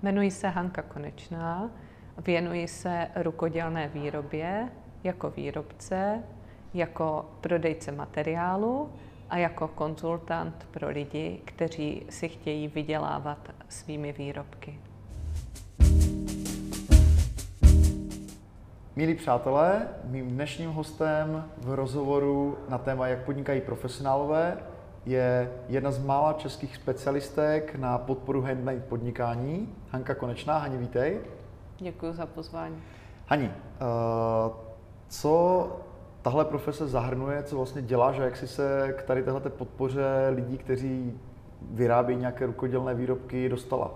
Jmenuji se Hanka Konečná, věnuji se rukodělné výrobě jako výrobce, jako prodejce materiálu a jako konzultant pro lidi, kteří si chtějí vydělávat svými výrobky. Milí přátelé, mým dnešním hostem v rozhovoru na téma Jak podnikají profesionálové je jedna z mála českých specialistek na podporu handmade podnikání, Hanka Konečná. Hani, vítej. Děkuji za pozvání. Hani, co tahle profese zahrnuje, co vlastně děláš a jak jsi se k tady téhleté podpoře lidí, kteří vyrábějí nějaké rukodělné výrobky, dostala?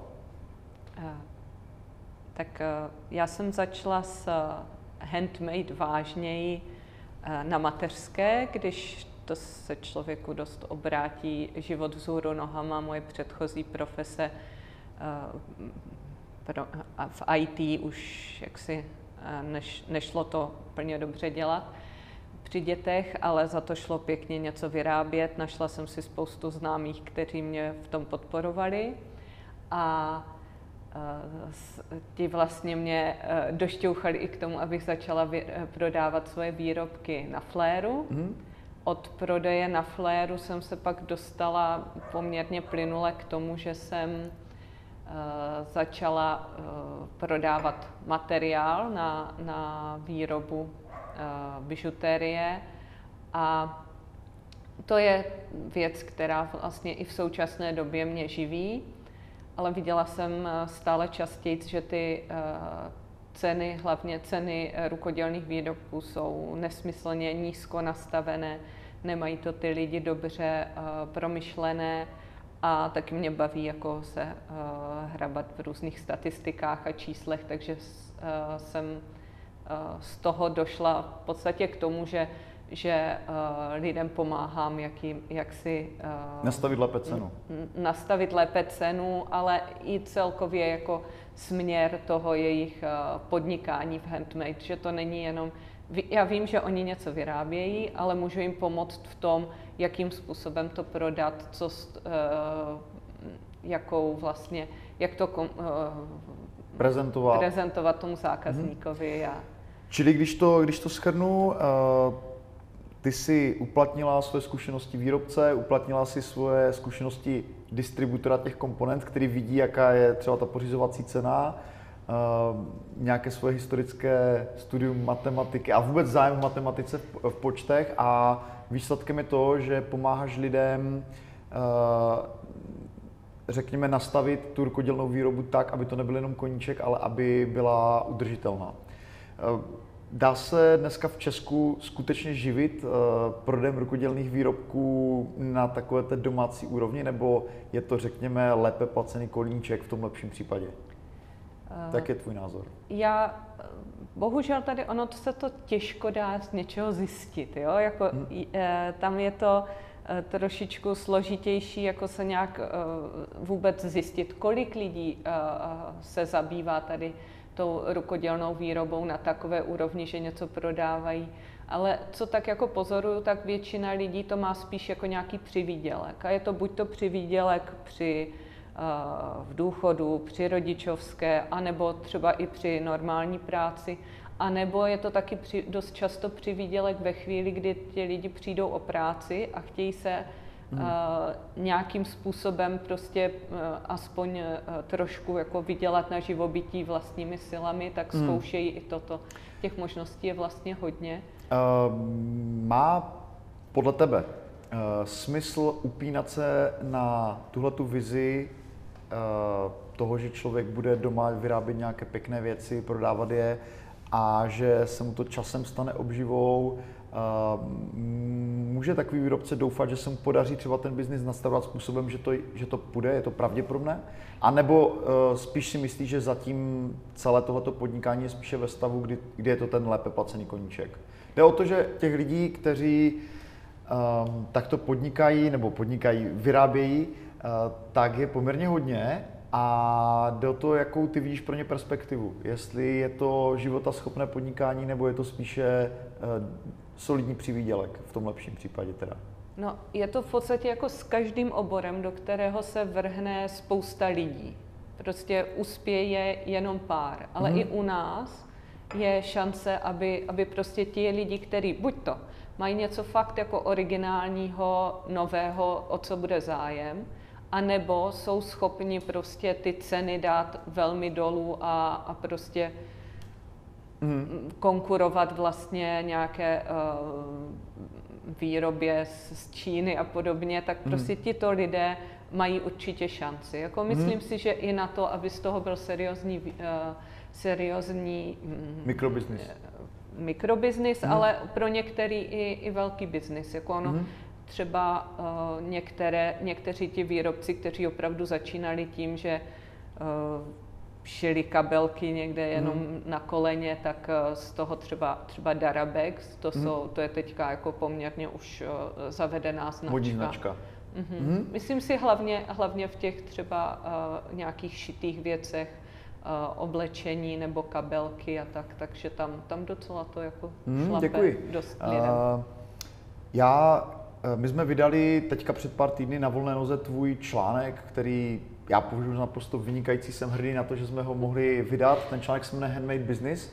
Tak já jsem začala s handmade vážněji na mateřské, když to se člověku dost obrátí život vzhůru nohama. Moje předchozí profese v IT už jaksi nešlo to úplně dobře dělat při dětech, ale za to šlo pěkně něco vyrábět. Našla jsem si spoustu známých, kteří mě v tom podporovali a ti vlastně mě došťouchali i k tomu, abych začala prodávat svoje výrobky na Fléru. Od prodeje na Fléru jsem se pak dostala poměrně plynule k tomu, že jsem začala prodávat materiál na výrobu bižuterie a to je věc, která vlastně i v současné době mě živí, ale viděla jsem stále častěji, že ty ceny, hlavně ceny rukodělných výrobků jsou nesmyslně nízko nastavené, nemají to ty lidi dobře promyšlené a taky mě baví jako se hrabat v různých statistikách a číslech, takže jsem z toho došla v podstatě k tomu, že lidem pomáhám, jak si nastavit lépe cenu, ale i celkově jako směr toho jejich podnikání v handmade, že to není jenom, já vím, že oni něco vyrábějí, ale můžu jim pomoct v tom, jakým způsobem to prodat, jakou vlastně, jak to prezentovat tomu zákazníkovi. Čili když to shrnu, ty jsi uplatnila svoje zkušenosti výrobce, uplatnila si svoje zkušenosti distributora těch komponent, který vidí, jaká je třeba ta pořizovací cena, nějaké svoje historické studium matematiky a vůbec zájem v matematice v počtech a výsledkem je to, že pomáháš lidem, řekněme, nastavit tu rukodělnou výrobu tak, aby to nebyl jenom koníček, ale aby byla udržitelná. Dá se dneska v Česku skutečně živit prodejem rukodělných výrobků na takové té domácí úrovni, nebo je to, řekněme, lépe placený koníček v tom lepším případě? Tak je tvůj názor. Bohužel tady se to těžko dá z něčeho zjistit, jo? Tam je to trošičku složitější, jako se nějak vůbec zjistit, kolik lidí se zabývá tady tou rukodělnou výrobou na takové úrovni, že něco prodávají. Ale co tak jako pozoruju, tak většina lidí to má spíš jako nějaký přivýdělek. A je to buď to přivýdělek v důchodu, při rodičovské, anebo třeba i při normální práci, anebo je to taky dost často přivýdělek ve chvíli, kdy ti lidi přijdou o práci a chtějí se nějakým způsobem prostě aspoň trošku jako vydělat na živobytí vlastními silami, tak zkoušejí i toto. Těch možností je vlastně hodně. Má podle tebe smysl upínat se na tuhletu vizi toho, že člověk bude doma vyrábět nějaké pěkné věci, prodávat je a že se mu to časem stane obživou? Může takový výrobce doufat, že se mu podaří třeba ten biznis nastavovat způsobem, že to půjde, je to pravděpodobné? A nebo spíš si myslí, že zatím celé tohleto podnikání je spíše ve stavu, kdy je to ten lépe placený koníček? Jde o to, že těch lidí, kteří takto vyrábějí, tak je poměrně hodně a jde o to, jakou ty vidíš pro ně perspektivu. Jestli je to životaschopné podnikání, nebo je to spíše solidní přivýdělek v tom lepším případě teda. No, je to v podstatě jako s každým oborem, do kterého se vrhne spousta lidí. prostě uspěje jenom pár. Ale i u nás je šance, aby prostě ti lidi, kteří buď to mají něco fakt jako originálního, nového, o co bude zájem, anebo jsou schopni prostě ty ceny dát velmi dolů a prostě konkurovat vlastně nějaké výrobě z Číny a podobně, tak prostě tito lidé mají určitě šanci. Jako myslím si, že i na to, aby z toho byl seriózní mikrobiznis, ale pro některý i velký biznis. Jako ono, třeba někteří ti výrobci, kteří opravdu začínali tím, že šili kabelky někde jenom na koleně, tak z toho třeba Darabex, to je teďka jako poměrně už zavedená značka. Modní značka. Myslím si hlavně v těch třeba nějakých šitých věcech, oblečení nebo kabelky a tak, takže tam docela to jako šlape dost lidem. My jsme vydali teďka před pár týdny na volné noze tvůj článek, který já považuji naprosto vynikající, jsem hrdý na to, že jsme ho mohli vydat. Ten článek se jmenuje Handmade Business.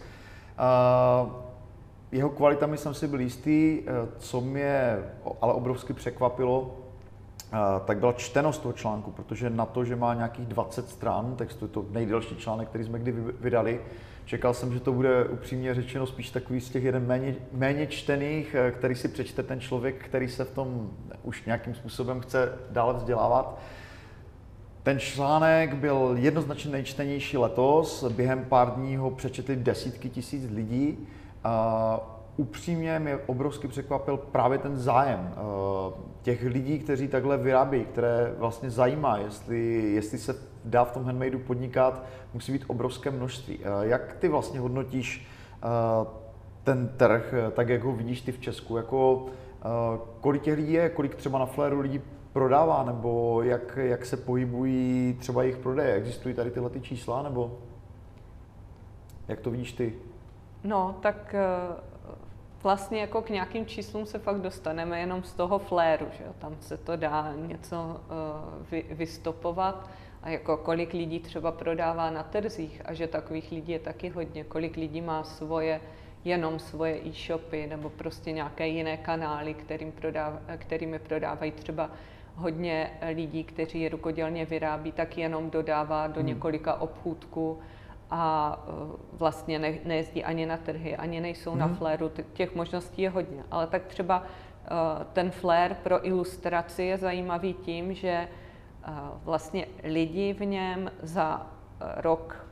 Jeho kvalitami jsem si byl jistý, co mě ale obrovsky překvapilo, tak byla čtenost toho článku, protože na to, že má nějakých 20 stran textu, je to nejdelší článek, který jsme kdy vydali. Čekal jsem, že to bude upřímně řečeno spíš takový z těch jeden méně čtených, který si přečte ten člověk, který se v tom už nějakým způsobem chce dále vzdělávat. Ten článek byl jednoznačně nejčtenější letos, během pár dní ho přečetli desítky tisíc lidí. Upřímně mě obrovsky překvapil právě ten zájem těch lidí, kteří takhle vyrábějí, které vlastně zajímá, jestli se dá v tom handmadeu podnikat, musí být obrovské množství. Jak ty vlastně hodnotíš ten trh, tak jak ho vidíš ty v Česku? Jako, kolik těch lidí je, kolik třeba na Flairu lidí prodává, nebo jak se pohybují třeba jejich prodeje? Existují tady tyhle ty čísla, nebo jak to vidíš ty? No, tak vlastně jako k nějakým číslům se fakt dostaneme jenom z toho Flairu, že jo? Tam se to dá něco vystopovat a jako kolik lidí třeba prodává na trzích a že takových lidí je taky hodně, kolik lidí má jenom svoje e-shopy nebo prostě nějaké jiné kanály, kterými prodávají třeba hodně lidí, kteří rukodělně vyrábí, tak jenom dodává do několika obchůdků a vlastně nejezdí ani na trhy, ani nejsou na Flairu, těch možností je hodně. Ale tak třeba ten Flair pro ilustraci je zajímavý tím, že vlastně lidi v něm za rok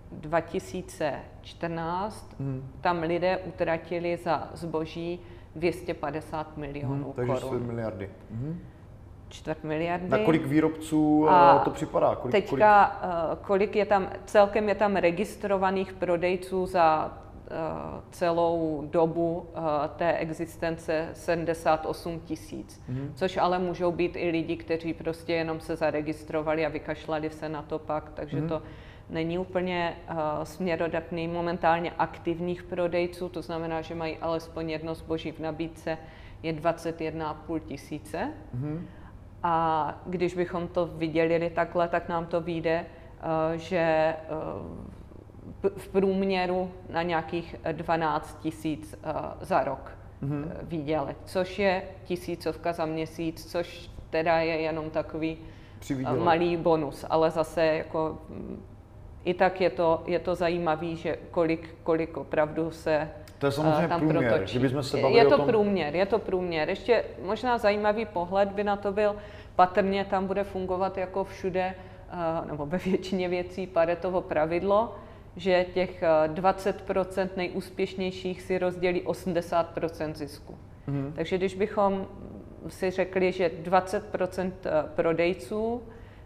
2014 tam lidé utratili za zboží 250 milionů korun. Takže 4 miliardy. Čtvrt miliardy. Na kolik výrobců to připadá? Kolik je tam, celkem je tam registrovaných prodejců za celou dobu té existence 78 000. Což ale můžou být i lidi, kteří prostě jenom se zaregistrovali a vykašlali se na to pak, takže to není úplně směrodatný. Momentálně aktivních prodejců, to znamená, že mají alespoň jedno zboží v nabídce, je 21 500. A když bychom to vydělili takhle, tak nám to vyjde, že v průměru na nějakých 12 000 za rok výdělek, což je 1000 za měsíc, což teda je jenom takový malý bonus, ale zase jako i tak je to zajímavý, že kolik opravdu se to je samozřejmě tam průměr, protočí. Kdybychom se bavili o tom... Je to průměr. Ještě možná zajímavý pohled by na to byl, patrně tam bude fungovat jako všude, nebo ve většině věcí Paretovo pravidlo, že těch 20% nejúspěšnějších si rozdělí 80% zisku. Takže když bychom si řekli, že 20% prodejců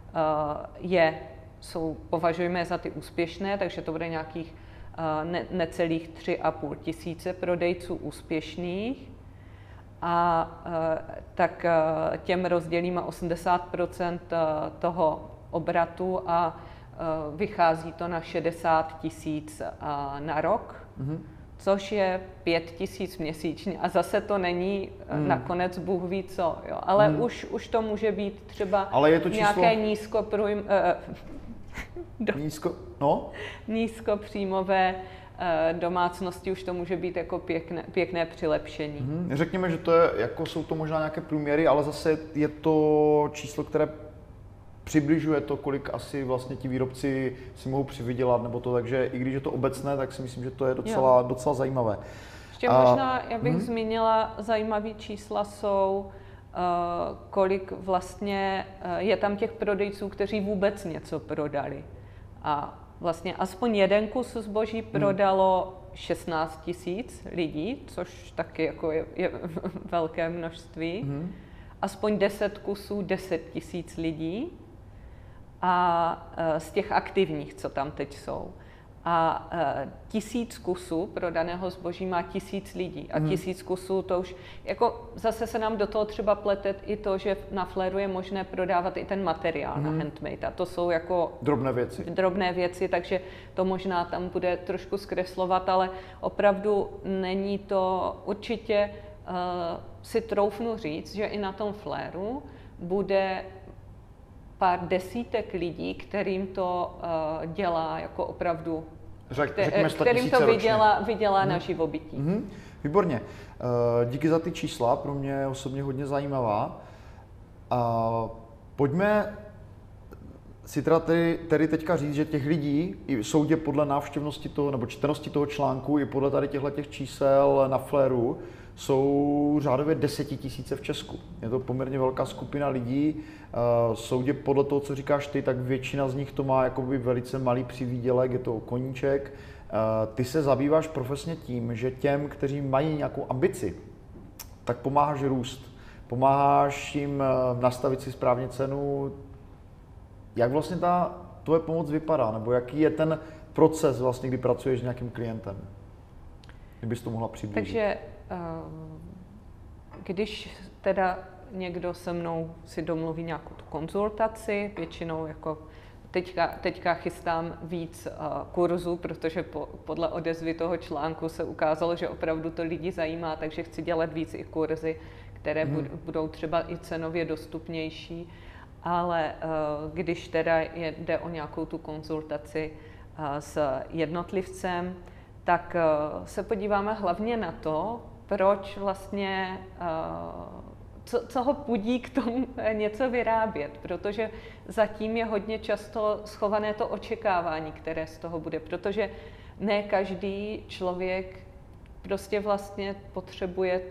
považujeme za ty úspěšné, takže to bude nějakých necelých 3,5 tisíce prodejců úspěšných, a tak těm rozdělíme 80% toho obratu a vychází to na 60 000 na rok, což je 5 000 měsíčně. A zase to není nakonec Bůh ví co, jo. Ale už to může být třeba ale je to nějaké nízkopříjmové domácnosti už to může být jako pěkné přilepšení. Řekněme, že to je, jako jsou to možná nějaké průměry, ale zase je to číslo, které přibližuje to, kolik asi vlastně ti výrobci si mohou přivydělat, nebo to, takže i když je to obecné, tak si myslím, že to je docela zajímavé. Ještě možná, já bych zmínila, zajímavé čísla jsou, kolik vlastně je tam těch prodejců, kteří vůbec něco prodali. A vlastně aspoň jeden kus zboží prodalo 16 000 lidí, což taky jako je velké množství. Aspoň 10 kusů 10 000 lidí a z těch aktivních, co tam teď jsou. A 1000 kusů prodaného zboží má 1000 lidí. A 1000 kusů to už, jako zase se nám do toho třeba plete i to, že na Flairu je možné prodávat i ten materiál na handmade. A to jsou jako drobné věci, takže to možná tam bude trošku zkreslovat, ale opravdu není to, určitě si troufnu říct, že i na tom Flairu bude pár desítek lidí, kterým to dělá jako opravdu, kterým to vydělá na živobytí. Výborně. Díky za ty čísla, pro mě osobně hodně zajímavá. Pojďme si teda tedy teďka říct, že těch lidí, i soudě podle návštěvnosti toho, nebo čtenosti toho článku, i podle tady těchto čísel na Flairu, jsou řádově 10 000 v Česku. Je to poměrně velká skupina lidí. Soudě podle toho, co říkáš ty, tak většina z nich to má jakoby velice malý přivýdělek, je to koníček. Ty se zabýváš profesně tím, že těm, kteří mají nějakou ambici, tak pomáháš růst. Pomáháš jim nastavit si správně cenu. Jak vlastně ta tvoje pomoc vypadá? Nebo jaký je ten proces vlastně, kdy pracuješ s nějakým klientem? Kdybys to mohla přiblížit. Takže když teda někdo se mnou si domluví nějakou tu konzultaci, většinou jako teďka chystám víc kurzů, protože podle odezvy toho článku se ukázalo, že opravdu to lidi zajímá, takže chci dělat víc i kurzy, které budou třeba i cenově dostupnější, ale když teda jde o nějakou tu konzultaci s jednotlivcem, tak se podíváme hlavně na to, proč vlastně, co ho budí k tomu něco vyrábět, protože zatím je hodně často schované to očekávání, které z toho bude, protože ne každý člověk prostě vlastně potřebuje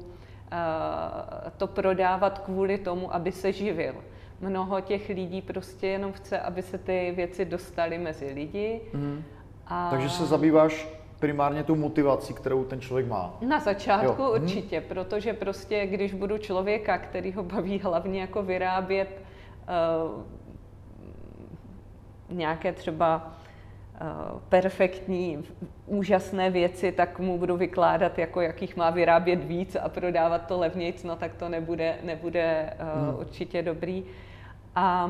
to prodávat kvůli tomu, aby se živil. Mnoho těch lidí prostě jenom chce, aby se ty věci dostaly mezi lidi. Takže se zabýváš primárně tou motivací, kterou ten člověk má. Na začátku určitě, protože prostě když budu člověka, který ho baví hlavně jako vyrábět nějaké třeba perfektní, úžasné věci, tak mu budu vykládat, jako jakých má vyrábět víc a prodávat to levnějc, no tak to nebude určitě dobrý. A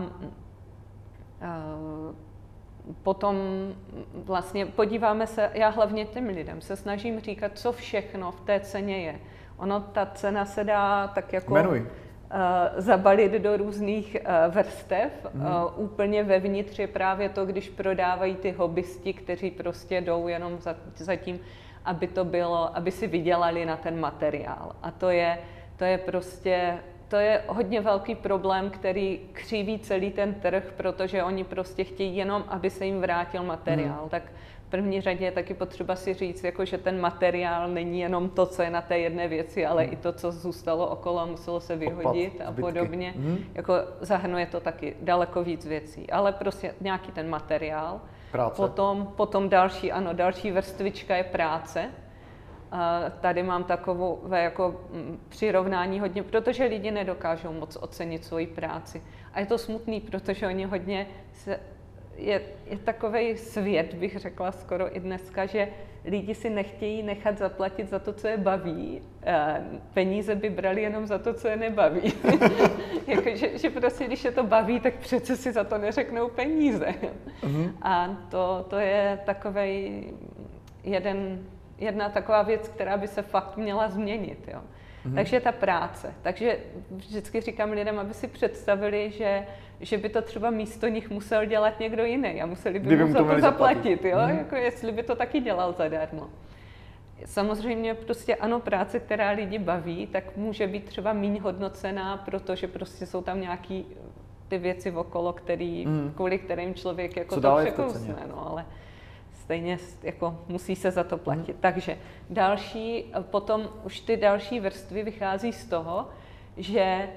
potom vlastně podíváme se, já hlavně těm lidem se snažím říkat, co všechno v té ceně je. Ta cena se dá tak jako zabalit do různých vrstev. Úplně vevnitř je právě to, když prodávají ty hobbysti, kteří prostě jdou jenom za tím, aby si vydělali na ten materiál. A to je prostě, to je hodně velký problém, který křiví celý ten trh, protože oni prostě chtějí jenom, aby se jim vrátil materiál. Tak v první řadě je taky potřeba si říct, jako, že ten materiál není jenom to, co je na té jedné věci, ale i to, co zůstalo okolo, muselo se vyhodit a podobně. Jako zahrnuje to taky daleko víc věcí, ale prostě nějaký ten materiál. Potom další vrstvička je práce. Tady mám takovou jako přirovnání hodně, protože lidi nedokážou moc ocenit svoji práci. A je to smutný, protože oni hodně je takovej svět, bych řekla skoro i dneska, že lidi si nechtějí nechat zaplatit za to, co je baví. Peníze by brali jenom za to, co je nebaví. Jako, že prostě, když je to baví, tak přece si za to neřeknou peníze. A to je takovej jedna taková věc, která by se fakt měla změnit. Jo. Takže ta práce. Takže vždycky říkám lidem, aby si představili, že by to třeba místo nich musel dělat někdo jiný a museli by mu za to zaplatit, jo? Jako jestli by to taky dělal zadarmo. Samozřejmě prostě ano, práce, která lidi baví, tak může být třeba míň hodnocená, protože prostě jsou tam nějaký ty věci okolo, kvůli kterým člověk jako to překousne, no, ale stejně jako musí se za to platit. Takže potom už ty další vrstvy vychází z toho, že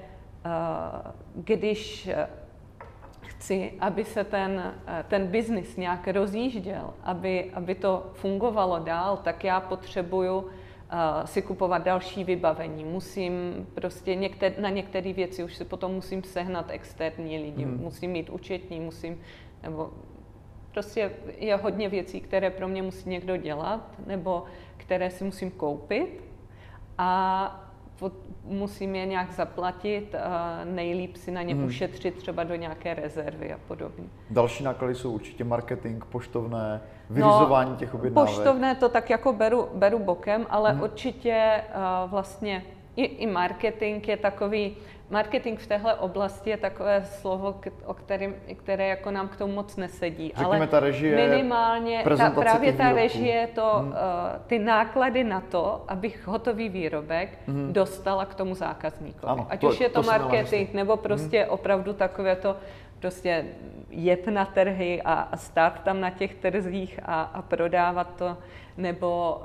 když chci, aby se ten biznis nějak rozjížděl, aby to fungovalo dál, tak já potřebuju si kupovat další vybavení. Musím prostě na některé věci už si potom musím sehnat externí lidi, musím mít účetní, nebo prostě je hodně věcí, které pro mě musí někdo dělat, nebo které si musím koupit a musím je nějak zaplatit a nejlíp si na ně ušetřit třeba do nějaké rezervy a podobně. Další náklady jsou určitě marketing, poštovné, vyřizování těch objednávek. Poštovné to tak jako beru bokem, ale určitě vlastně i marketing je takový, marketing v téhle oblasti je takové slovo, které jako nám k tomu moc nesedí. Řekněme, ale ta režie, minimálně právě ta režie, ty náklady na to, abych hotový výrobek dostala k tomu zákazníkovi. Ano, ať už je to marketing, nebo prostě opravdu takové to prostě jet na trhy a stát tam na těch trzích a prodávat to, nebo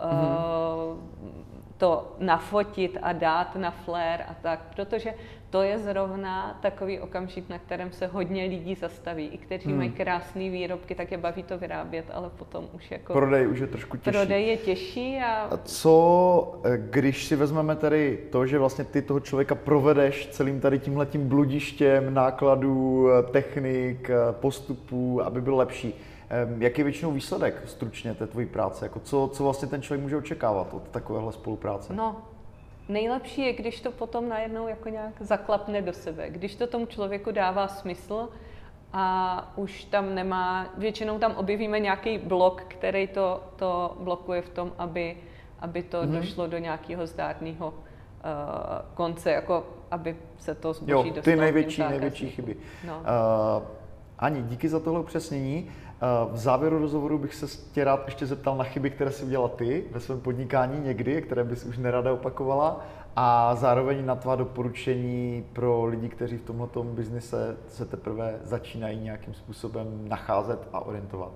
to nafotit a dát na flér a tak, protože to je zrovna takový okamžik, na kterém se hodně lidí zastaví. I kteří mají krásné výrobky, tak je baví to vyrábět, ale potom už jako... Prodej už je trošku těžší. Prodej je těžší a co, když si vezmeme tady to, že vlastně ty toho člověka provedeš celým tady tímhletím bludištěm nákladů, technik, postupů, aby byl lepší. Jaký je většinou výsledek stručně té tvojí práce? Jako co vlastně ten člověk může očekávat od takovéhle spolupráce? No, nejlepší je, když to potom najednou jako nějak zaklapne do sebe. Když to tomu člověku dává smysl a už tam většinou tam objevíme nějaký blok, který to blokuje v tom, aby to došlo do nějakého zdárného konce, jako aby se to zboží dostalo. Ty největší chyby. No. Ani, díky za tohle upřesnění. V závěru rozhovoru bych se tě rád ještě zeptal na chyby, které jsi udělala ty ve svém podnikání někdy, které bys už nerada opakovala, a zároveň na tvá doporučení pro lidi, kteří v tomhletom biznise se teprve začínají nějakým způsobem nacházet a orientovat.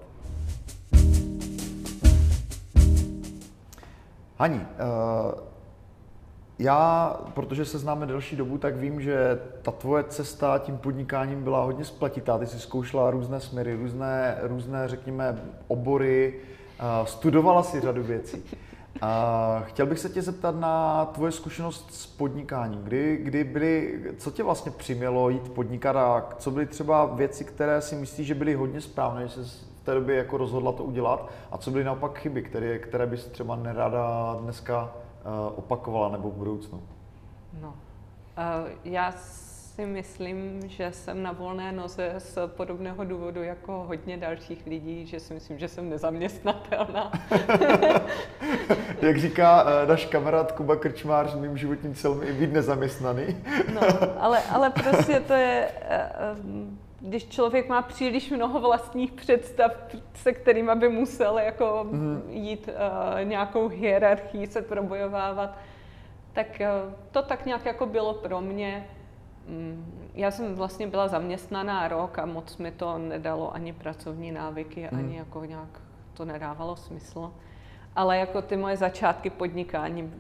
Hani, já, protože se známe delší dobu, tak vím, že ta tvoje cesta tím podnikáním byla hodně spletitá. Ty jsi zkoušela různé směry, různé, řekněme, obory, studovala si řadu věcí. Chtěl bych se tě zeptat na tvoje zkušenost s podnikáním. Co tě vlastně přimělo jít podnikat a co byly třeba věci, které si myslíš, že byly hodně správné, že jsi v té době jako rozhodla to udělat, a co byly naopak chyby, které bys třeba nerada dneska opakovala nebo v budoucnu? No, já si myslím, že jsem na volné noze z podobného důvodu jako hodně dalších lidí, že si myslím, že jsem nezaměstnatelná. Jak říká náš kamarád Kuba Krčmář, mým životním cílem je být nezaměstnaný. No, ale prostě to je, když člověk má příliš mnoho vlastních představ, se kterými by musel jako jít nějakou hierarchii, se probojovávat, tak to tak nějak jako bylo pro mě. Já jsem vlastně byla zaměstnaná rok a moc mi to nedalo ani pracovní návyky, ani jako nějak to nedávalo smysl. Ale jako ty moje začátky podnikání,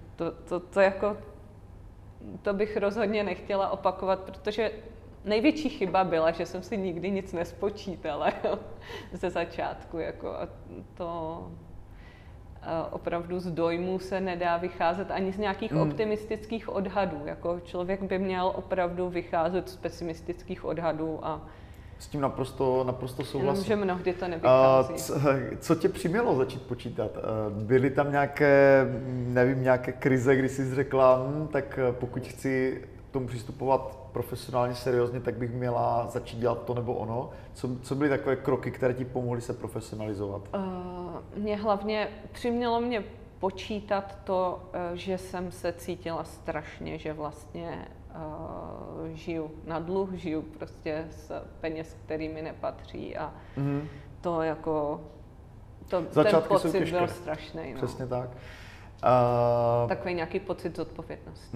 to bych rozhodně nechtěla opakovat, protože největší chyba byla, že jsem si nikdy nic nespočítala ze začátku. Jako, a to opravdu z dojmů se nedá vycházet ani z nějakých optimistických odhadů. Jako člověk by měl opravdu vycházet z pesimistických odhadů a s tím naprosto souhlasím. Že mnohdy to nevychází. Co tě přimělo začít počítat? Byly tam nějaké krize, kdy jsi řekla, tak pokud chci k tomu přistupovat profesionálně seriózně, tak bych měla začít dělat to nebo ono? Co byly takové kroky, které ti pomohly se profesionalizovat? Přimělo mě počítat to, že jsem se cítila strašně, že vlastně žiju na dluh, žiju prostě z peněz, který mi nepatří a to jako, ten pocit byl strašný. No. Přesně tak. Takový nějaký pocit zodpovědnosti.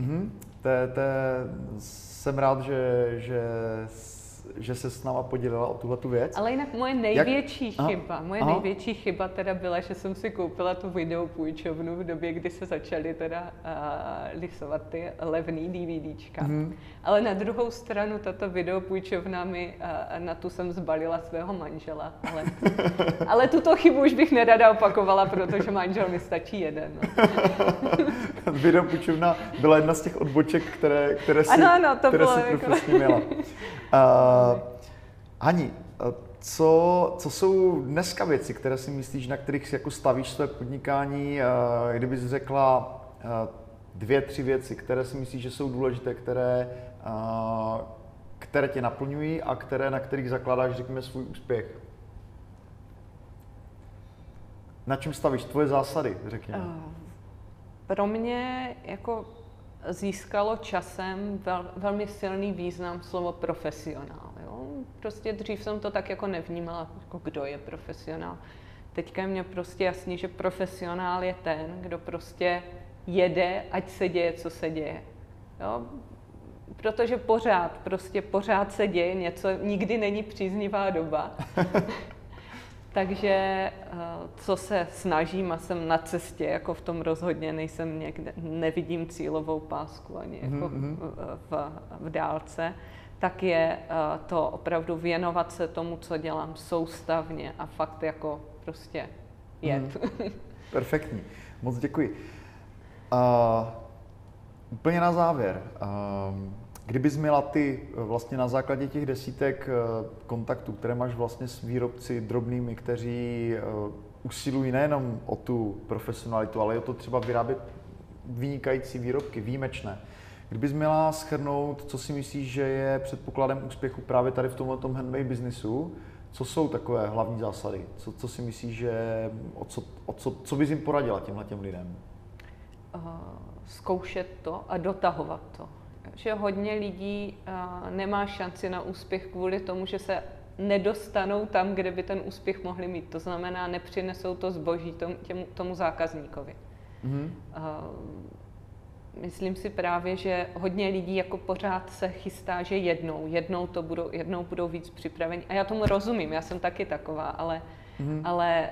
Jsem rád, že se s náma podělila o tuhletu věc. Ale jinak moje největší chyba teda byla, že jsem si koupila tu videopůjčovnu v době, kdy se začaly teda lisovat ty levný DVDčka. Ale na druhou stranu tato videopůjčovna na tu jsem zbalila svého manžela. Ale tuto chybu už bych nerada opakovala, protože manžel mi stačí jeden. No. Videopůjčovna byla jedna z těch odboček, které si profesně měla. Hani, co jsou dneska věci, které si myslíš, na kterých si jako stavíš své podnikání, kdybys řekla 2-3 věci, které si myslíš, že jsou důležité, které tě naplňují a na kterých zakládáš, řekněme, svůj úspěch? Na čem stavíš tvoje zásady, řekněme? Pro mě jako získalo časem velmi silný význam slovo profesionál. Jo? Prostě dřív jsem to tak jako nevnímala, jako kdo je profesionál. Teďka je mně prostě jasný, že profesionál je ten, kdo prostě jede, ať se děje, co se děje. Jo? Protože pořád se děje něco, nikdy není příznivá doba. Takže co se snažím a jsem na cestě, jako v tom rozhodně nejsem někde, nevidím cílovou pásku ani jako v dálce, tak je to opravdu věnovat se tomu, co dělám soustavně a fakt jako prostě jet. Perfektní, moc děkuji. Úplně na závěr. Kdybys měla ty vlastně na základě těch desítek kontaktů, které máš vlastně s výrobci drobnými, kteří usilují nejenom o tu profesionalitu, ale i o to třeba vyrábět vynikající výrobky, výjimečné. Kdybys měla shrnout, co si myslíš, že je předpokladem úspěchu právě tady v tomto handmade businessu, co jsou takové hlavní zásady? Co si myslíš, že co bys jim poradila těm lidem? Zkoušet to a dotahovat to. Že hodně lidí nemá šanci na úspěch kvůli tomu, že se nedostanou tam, kde by ten úspěch mohli mít. To znamená, nepřinesou to zboží tomu zákazníkovi. Myslím si právě, že hodně lidí jako pořád se chystá, že jednou budou víc připraveni. A já tomu rozumím, já jsem taky taková, ale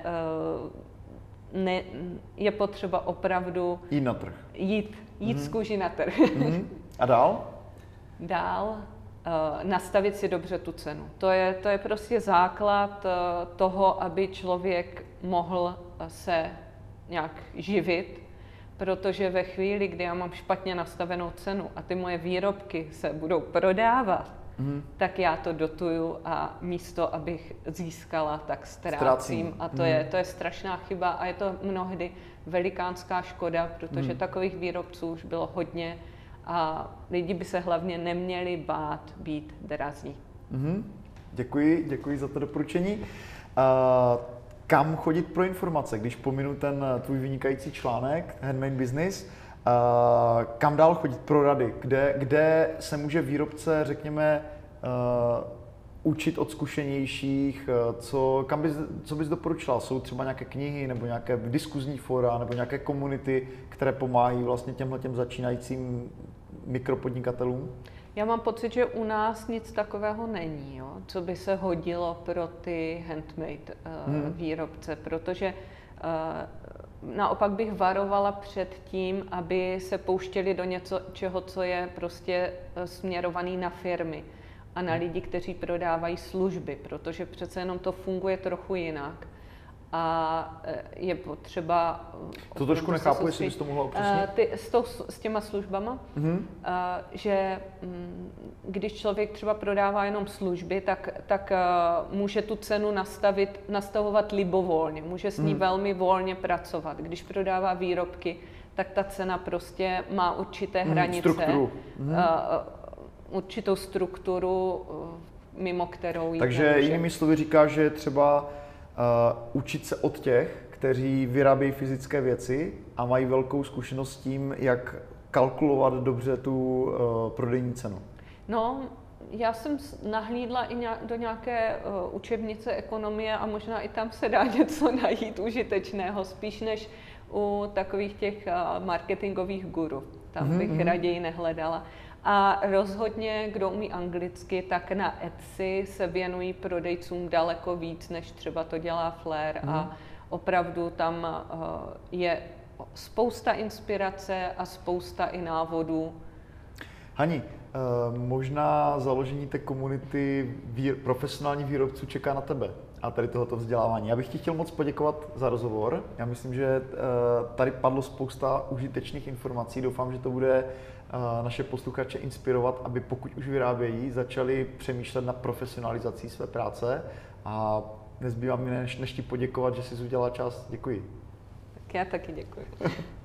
je potřeba opravdu jít na trh. Jít z kůži na trh. A dál? Dál nastavit si dobře tu cenu. To je prostě základ toho, aby člověk mohl se nějak živit, protože ve chvíli, kdy já mám špatně nastavenou cenu a ty moje výrobky se budou prodávat, tak já to dotuju a místo, abych získala, tak ztrácím. A to je strašná chyba a je to mnohdy velikánská škoda, protože takových výrobců už bylo hodně a lidi by se hlavně neměli bát být drazí. Děkuji za to doporučení. Kam chodit pro informace, když pominu ten tvůj vynikající článek Handmade Business? Kam dál chodit pro rady? Kde se může výrobce, řekněme, učit od zkušenějších? Co bys doporučila? Jsou třeba nějaké knihy nebo nějaké diskuzní fora nebo nějaké komunity, které pomáhají vlastně těmhletěm začínajícím mikropodnikatelům? Já mám pocit, že u nás nic takového není, jo? Co by se hodilo pro ty handmade výrobce, protože naopak bych varovala před tím, aby se pouštěli do něčeho, co je prostě směrovaný na firmy a na lidi, kteří prodávají služby, protože přece jenom to funguje trochu jinak. A je potřeba... To trošku nechápu, jestli bys to mohla upřesnit. S těma službama, že když člověk třeba prodává jenom služby, tak může tu cenu nastavovat libovolně, může s ní velmi volně pracovat. Když prodává výrobky, tak ta cena prostě má určité hranice, určitou strukturu, mimo kterou... Takže jinými slovy říká, že třeba učit se od těch, kteří vyrábějí fyzické věci a mají velkou zkušenost s tím, jak kalkulovat dobře tu prodejní cenu. No, já jsem nahlídla i do nějaké učebnice ekonomie a možná i tam se dá něco najít užitečného, spíš než u takových těch marketingových guru. Tam bych raději nehledala. A rozhodně, kdo umí anglicky, tak na Etsy se věnují prodejcům daleko víc, než třeba to dělá Flair. A opravdu tam je spousta inspirace a spousta i návodů. Hani, možná založení té komunity profesionálních výrobců čeká na tebe a tady tohoto vzdělávání. Já bych ti chtěl moc poděkovat za rozhovor. Já myslím, že tady padlo spousta užitečných informací. Doufám, že to bude naše posluchače inspirovat, aby pokud už vyrábějí, začali přemýšlet nad profesionalizací své práce. A nezbývá mi než ti poděkovat, že jsi udělala čas. Děkuji. Tak já taky děkuji.